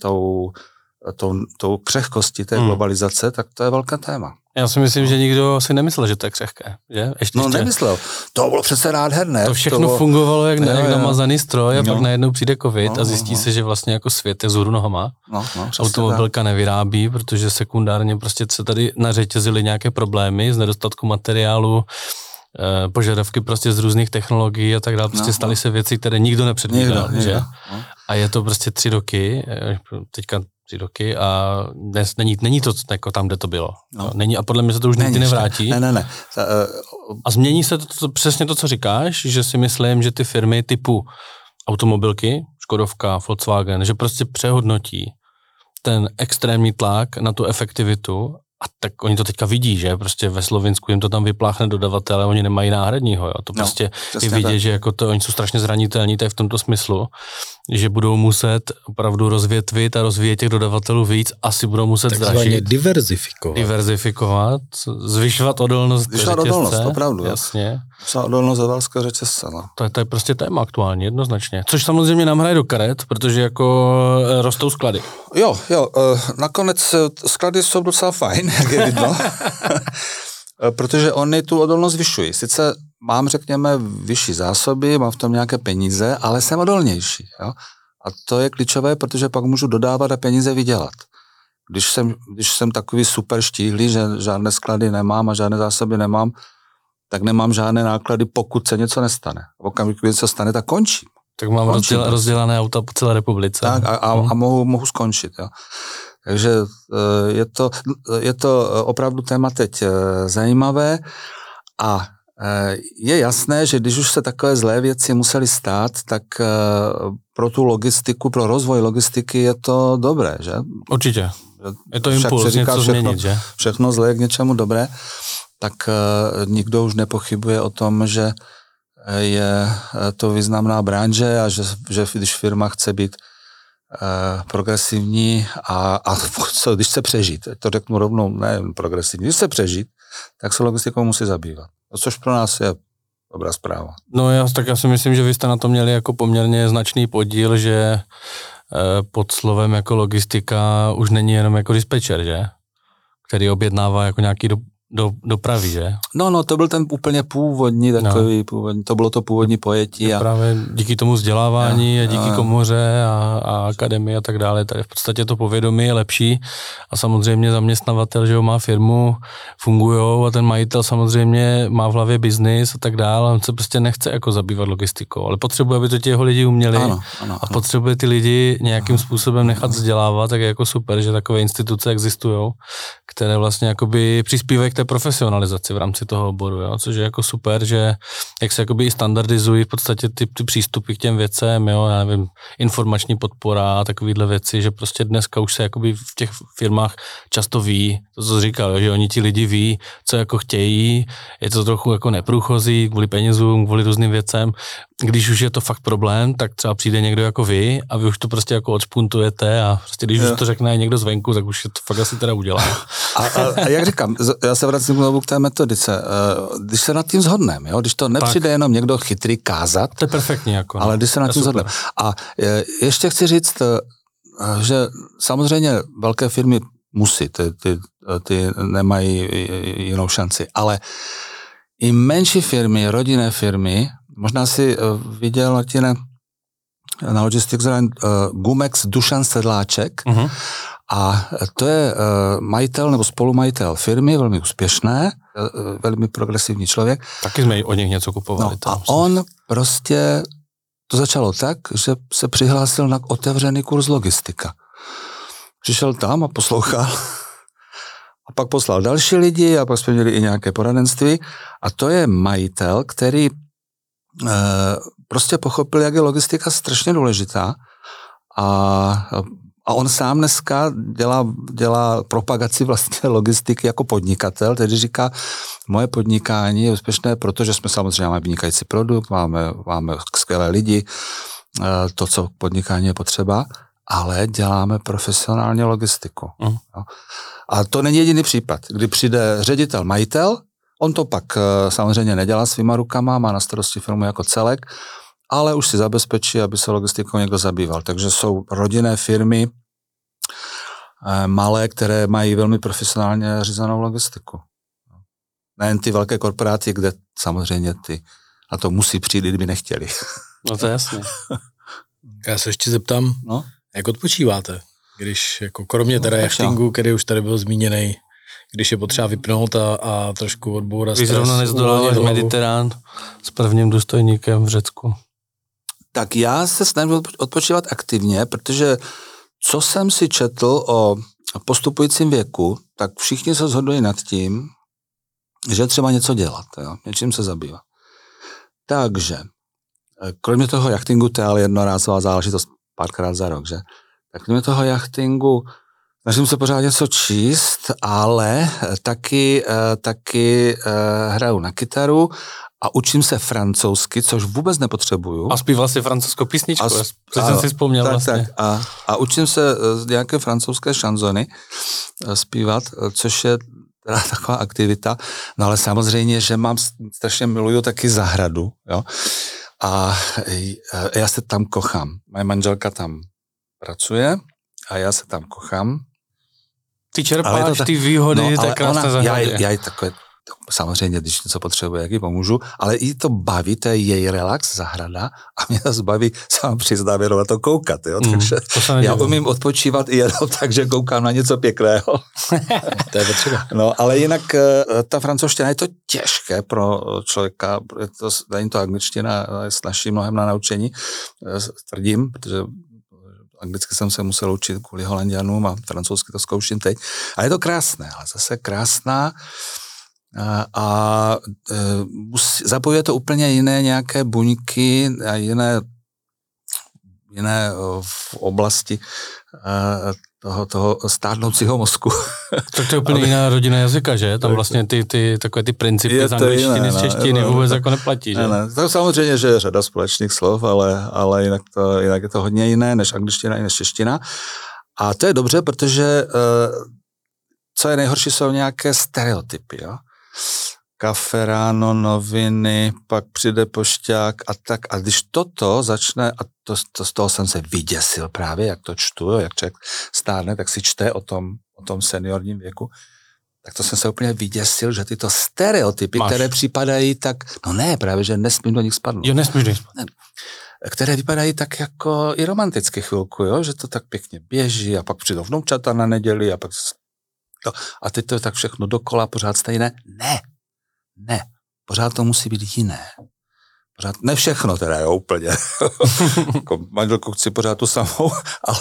tou křehkostí té globalizace, tak to je velké téma. Já si myslím, že nikdo si nemyslel, že to je křehké. Že? Ještě. Nemyslel. To bylo přece nádherné. To všechno fungovalo jak namazaný stroj a pak najednou přijde covid a zjistí se, že vlastně jako svět je vzhůru nohama. Automobilka nevyrábí, protože sekundárně prostě se tady nařetězily nějaké problémy z nedostatku materiálu, požadavky prostě z různých technologií a tak dále. Prostě staly se věci, které nikdo nepředvídal. Že? A je to prostě 3 roky, teďka 3 roky a dnes není to jako tam, kde to bylo. Není, a podle mě se to už nikdy nevrátí. Ne. A změní se přesně to, co říkáš, že si myslím, že ty firmy typu automobilky, Škodovka, Volkswagen, že prostě přehodnotí ten extrémní tlak na tu efektivitu. A tak oni to teďka vidí, že prostě ve Slovinsku jim to tam vypláchne dodavatel, ale oni nemají náhradního, jo. To prostě je vidět, že jako to, oni jsou strašně zranitelní, to je v tomto smyslu, že budou muset opravdu rozvětvit a rozvíjet těch dodavatelů víc, asi budou muset takzvaně diverzifikovat, zvyšovat odolnost řetězce. Odolnost, opravdu. Jasně. Odolnost dodavatelského řetězce, no. To je prostě téma aktuální, jednoznačně. Což samozřejmě nám hraje do karet, protože jako rostou sklady. Jo, nakonec sklady jsou docela fajn, jak je vidno. Protože oni tu odolnost zvyšují. Sice mám, řekněme, vyšší zásoby, mám v tom nějaké peníze, ale jsem odolnější. Jo? A to je klíčové, protože pak můžu dodávat a peníze vydělat. Když jsem takový super štíhlý, že žádné sklady nemám a žádné zásoby nemám, tak nemám žádné náklady, pokud se něco nestane. V okamžiku, kdy se stane, tak končím. Tak mám rozdělané auta po celé republice. Tak a mohu skončit. Jo. Takže je to opravdu téma teď zajímavé a je jasné, že když už se takové zlé věci musely stát, tak pro tu logistiku, pro rozvoj logistiky je to dobré, že? Určitě. Je to impuls, něco změnit, že? Všechno zlé je k něčemu dobré, tak nikdo už nepochybuje o tom, že je to významná branže a že když firma chce být progresivní a když chce přežít, to řeknu rovnou, ne progresivní, když chce přežít, tak se logistikou musí zabývat. Což pro nás je dobrá zpráva. No já si myslím, že vy jste na to měli jako poměrně značný podíl, že pod slovem jako logistika už není jenom jako dispečer, že? Který objednává jako nějaký dopravy, že? No, to byl ten úplně původní takový, to bylo to původní pojetí. A právě díky tomu vzdělávání a díky komoře a akademii a tak dále, tady v podstatě to povědomí je lepší a samozřejmě zaměstnavatel, že ho má firmu, fungujou a ten majitel samozřejmě má v hlavě biznis a tak dále, on se prostě nechce jako zabývat logistikou, ale potřebuje, aby to ti jeho lidi uměli a potřebuje ty lidi nějakým způsobem nechat vzdělávat, tak je jako super, že takové instituce existujou, které vlastně jakoby přispívají k té profesionalizaci v rámci toho oboru, jo? Což je jako super, že jak se jakoby i standardizují v podstatě ty přístupy k těm věcem, jo? Já nevím, informační podpora a takovýhle věci, že prostě dneska už se jakoby v těch firmách často ví, to co říkal, jo? Že oni ti lidi ví, co jako chtějí, je to trochu jako neprůchozí kvůli penězům, kvůli různým věcem. Když už je to fakt problém, tak třeba přijde někdo jako vy a vy už to prostě jako odšpuntujete a prostě když už to řekne někdo zvenku, tak už je to fakt asi teda udělá. A jak říkám, já se vracím znovu k té metodice. Když se nad tím shodneme, když to nepřijde jenom někdo chytrý kázat, to je perfektní jako. Ale když se nad tím shodneme. A ještě chci říct, že samozřejmě velké firmy musí, ty nemají jinou šanci, ale i menší firmy, rodinné firmy, možná si viděl, Martine, na Logistics Gumex Dušan Sedláček, a to je majitel nebo spolumajitel firmy, velmi úspěšné, velmi progresivní člověk. Taky jsme od nich něco kupovali. No, a on prostě, to začalo tak, že se přihlásil na otevřený kurz logistika. Přišel tam a poslouchal. A pak poslal další lidi a pak jsme měli i nějaké poradenství. A to je majitel, který prostě pochopil, jak je logistika strašně důležitá. A on sám dneska dělá propagaci vlastně logistiky jako podnikatel, tedy říká, moje podnikání je úspěšné, protože jsme samozřejmě máme vynikající produkt, máme skvělé lidi, to, co podnikání je potřeba, ale děláme profesionálně logistiku. A to není jediný případ. Kdy přijde ředitel, majitel, on to pak samozřejmě nedělá svýma rukama, má na starosti firmu jako celek, ale už si zabezpečí, aby se logistikou někdo zabýval. Takže jsou rodinné firmy, malé, které mají velmi profesionálně řízenou logistiku. Nejen ty velké korporáty, kde samozřejmě ty a to musí přijít, kdyby nechtěli. No to je jasně. Já se ještě zeptám, jak odpočíváte? Když jako kromě teda jachtingu, který už tady byl zmíněný, když je potřeba vypnout a trošku odbourat stres. Vy zrovna nezdoláváš Mediterán s prvním důstojníkem v Řecku. Tak já se snažím odpočívat aktivně, protože co jsem si četl o postupujícím věku, tak všichni se shodují nad tím, že třeba něco dělat, něčím se zabývat. Takže, kromě toho jachtingu, to je ale jednorázová záležitost párkrát za rok, že? Tak kromě toho jachtingu snažím se pořád něco číst, ale taky hraju na kytaru a učím se francouzsky, což vůbec nepotřebuju. A zpíval si francouzskou písničku, což jsem si vzpomněl vlastně. Tak. A učím se nějaké francouzské šanzony zpívat, což je teda taková aktivita. No ale samozřejmě, že strašně miluju taky zahradu, jo. A já se tam kochám. Moje manželka tam pracuje a já se tam kochám. Ty čerpáš ty výhody té krásné zahradě. Já samozřejmě, když něco potřebuje, jak jí pomůžu, ale i to baví, to je její relax, zahrada a mě to baví, se vám přiznám, jenom na to koukat, jo, takže já umím odpočívat i jenom tak, že koukám na něco pěkného. To je potřeba. No, ale jinak ta francouzština je to těžké pro člověka, není to angličtina, je snažší mnohem na naučení, tvrdím, protože anglicky jsem se musel učit kvůli Holanďanům a francouzsky to zkouším teď. A je to krásné, ale zase krásná a zapojuje to úplně jiné nějaké buňky a jiné v oblasti toho stárnoucího mozku. Tak to je úplně jiná rodina jazyka, že? Tam vlastně takové ty principy z angličtiny, z češtiny vůbec jako neplatí, že? Ne. Tak samozřejmě, že je řada společných slov, ale jinak je to hodně jiné než angličtina i než čeština. A to je dobře, protože co je nejhorší, jsou nějaké stereotypy, jo? Kafe, noviny, pak přijde pošťák a tak. A když toto začne, a z toho jsem se vyděsil právě, jak to čtu, jak člověk stárne, tak si čte o tom seniorním věku, tak to jsem se úplně vyděsil, že tyto stereotypy, které připadají tak, no ne, právě, že nesmím do nich spadnout. Jo, nesmíš do nich spadnout. Které vypadají tak jako i romanticky chvilku, jo, že to tak pěkně běží a pak přijdou vnoučata na neděli a pak a teď to je tak všechno dokola, pořád stejné. Ne, pořád to musí být jiné. Pořád, ne všechno teda, jo, úplně. Manželku chci pořád tu samou,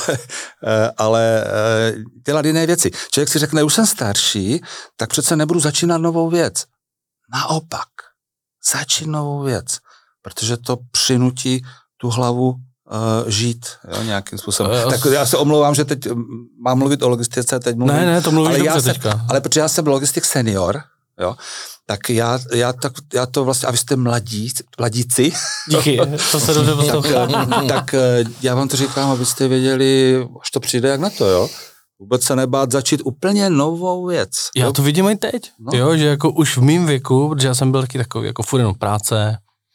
ale dělat jiné věci. Člověk si řekne, už jsem starší, tak přece nebudu začínat novou věc. Naopak, začít novou věc, protože to přinutí tu hlavu žít, jo, nějakým způsobem. Tak já se omlouvám, že teď mám mluvit o logistice, teď mluvím. Ne, to mluvíš dobře teďka. Ale protože já jsem logistik senior, jo, tak já to vlastně, a vy jste mladíci. Díky, to se dobře poslouchám. tak já vám to říkám, abyste věděli, až to přijde, jak na to, jo. Vůbec se nebát začít úplně novou věc. Já to vidím i teď, jo, že jako už v mým věku, protože já jsem byl taky takový jako furt jenom práce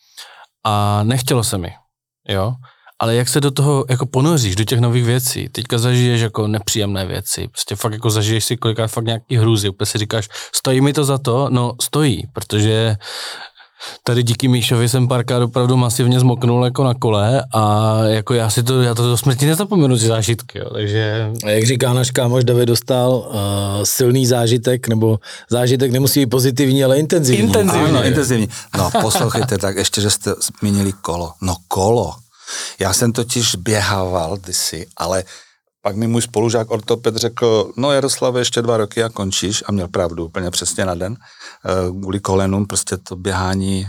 a nechtělo se mi, jo. Ale jak se do toho jako ponoříš, do těch nových věcí, teďka zažiješ jako nepříjemné věci, prostě fakt jako zažiješ si kolikrát fakt nějaký hrůzy, úplně si říkáš, stojí mi to za to? No stojí, protože tady díky Míšovi jsem párkrát opravdu masivně zmoknul jako na kole a jako já to do smrti nezapomenu ty zážitky, jo, takže... A jak říká náš kámoš David Dostál, silný zážitek, nebo zážitek nemusí být pozitivní, ale intenzivní. Ano, intenzivní. No poslouchejte, tak ještě, že jste zmínili kolo. No kolo. Já jsem totiž běhával kdysi, ale pak mi můj spolužák ortoped řekl, no Jaroslave, ještě 2 roky a končíš, a měl pravdu úplně přesně na den, kvůli kolenům, prostě to běhání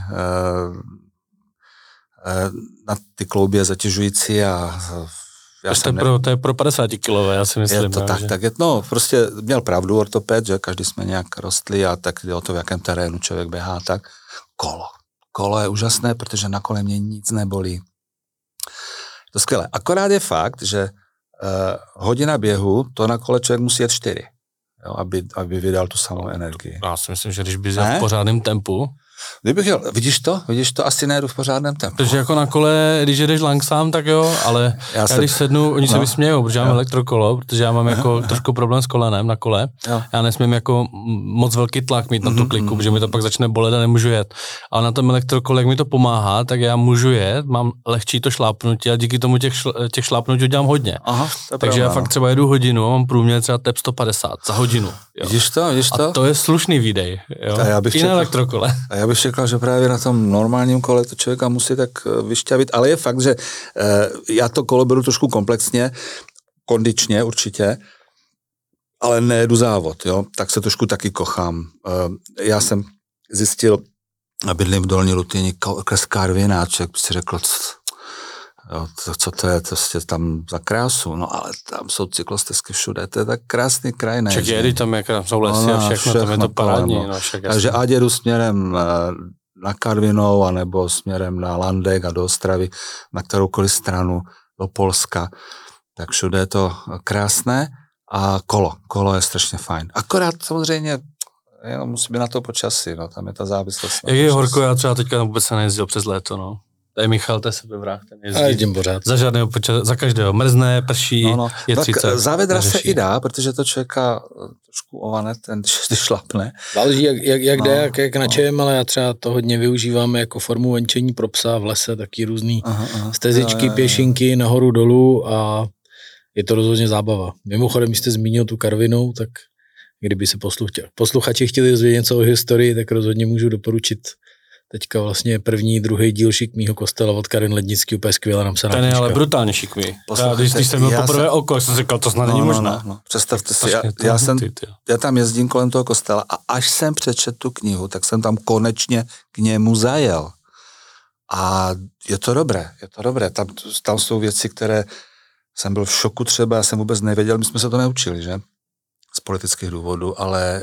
na ty klouby je zatěžující a to je pro 50 kilové, já si myslím. Je to tak, prostě měl pravdu ortoped, že každý jsme nějak rostli a tak jde o to, v jakém terénu člověk běhá, tak kolo je úžasné, protože na kole mě nic nebolí. To skvělé. Akorát je fakt, že hodina běhu, to na kole člověk musí jet 4, jo, aby vydal tu samou energii. Já si myslím, že když bys jel v pořádném tempu. Kdybych jel, vidíš to, asi nejedu v pořádném tempu. Protože jako na kole, když jedeš langsám, tak jo, ale já když sednu, oni se vysmějou, protože já mám elektrokolo, protože já mám jako trošku problém s kolenem na kole. Jo. Já nesmím jako moc velký tlak mít na tu kliku, protože mi to pak začne bolet a nemůžu jet. Ale na tom elektrokole, jak mi to pomáhá, tak já můžu jet, mám lehčí to šlápnutí a díky tomu těch šlápnutí dělám hodně. Aha, takže já fakt třeba jedu hodinu a mám průměr třeba tep 150 za hodinu. Jo. Vidíš to? A to je slušný výdej, jo. I na elektrokole. A já bych řekl, že právě na tom normálním kole to člověka musí tak vyšťavit, ale je fakt, že já to kolo beru trošku komplexně, kondičně určitě, ale nejedu závod, jo, tak se trošku taky kochám. Já jsem zjistil, a bydlím v Dolní Lutyni, kres Karviná, člověk by si řekl, co to je, to je tam za krásu, no ale tam jsou cyklostezky všude, to je tak krásný kraj, ne? Však jedy tam, jak jsou lesy a všechno, tam je to parádní. No, takže ať jedu směrem na Karvinou, anebo směrem na Landek a do Ostravy, na kteroukoliv stranu, do Polska, tak všude je to krásné a kolo je strašně fajn. Akorát samozřejmě musí být na to počasí, no, tam je ta závislost. Jak je horko, já třeba teďka vůbec se nejezdil přes léto, no. To je Michal, to je sebevrah, ten A jezdím pořád. za žádného za každého. Mrzne, prší, je 30. Závědra se neřeší. i dá, protože to člověka trošku ovane, když šlapne. Záleží, jak jde, jak na čem, ale já třeba to hodně využívám jako formu venčení pro psa v lese, taky různý stezičky, pěšinky nahoru dolů a je to rozhodně zábava. Mimochodem, když jste zmínil tu Karvinou, tak kdyby se posluchači chtěli dozvědět něco o historii, tak rozhodně můžu doporučit teďka vlastně první, druhý díl Šikmýho kostela od Karin Lednický, úplně skvěle napsaná Ten je knížka. ale brutálně šikmý. Když jsem měl poprvé oko, jsem říkal, to snad není možná. No. Představte si, já tam jezdím kolem toho kostela a až jsem přečetl tu knihu, tak jsem tam konečně k němu zajel. A je to dobré. Tam jsou věci, které jsem byl v šoku třeba, já jsem vůbec nevěděl, my jsme se to neučili, že? Z politických důvodů, ale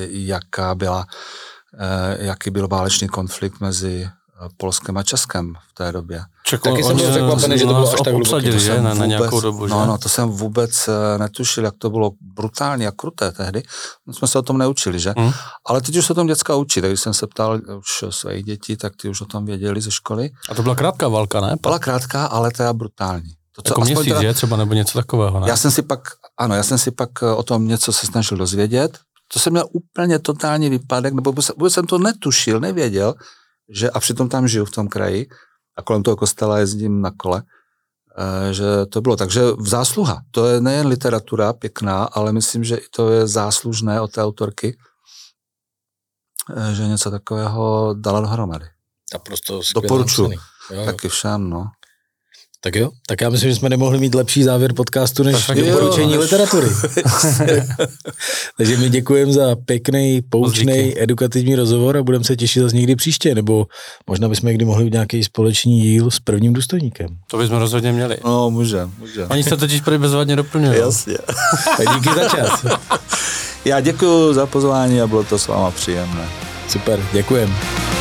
jaký byl válečný konflikt mezi Polskem a Českem v té době. Taky jsem byl překvapený, že to bylo až tak obsadili, že? Na nějakou dobu, že? No, to jsem vůbec netušil, jak to bylo brutální a kruté tehdy. My jsme se o tom neučili, že? Ale teď už se o tom děcka učí, takže jsem se ptal už svých dětí, tak ty už o tom věděli ze školy. A to byla krátká válka, ne? Byla krátká, ale teda brutální. To, jako měsíc, že? Třeba nebo něco takového, ne? Já jsem si pak o tom něco se snažil dozvědět. To jsem měl úplně totální výpadek, nebo vůbec jsem to netušil, nevěděl, že a přitom tam žiju v tom kraji a kolem toho kostela jezdím na kole, že to bylo. Takže v zásluha. To je nejen literatura pěkná, ale myslím, že i to je záslužné od té autorky, že něco takového dala dohromady. Naprosto doporučuji. Taky všem, no. Tak jo, tak já myslím, že jsme nemohli mít lepší závěr podcastu, než doporučení literatury. Takže my děkujeme za pěkný, poučný, edukativní rozhovor a budeme se těšit zase někdy příště, nebo možná bychom někdy mohli mít nějaký společný díl s prvním důstojníkem. To bychom rozhodně měli. No, můžeme. Oni se totiž bezvadně doplňují. Jasně. Tak díky za čas. Já děkuji za pozvání a bylo to s váma příjemné. Super, děkujeme.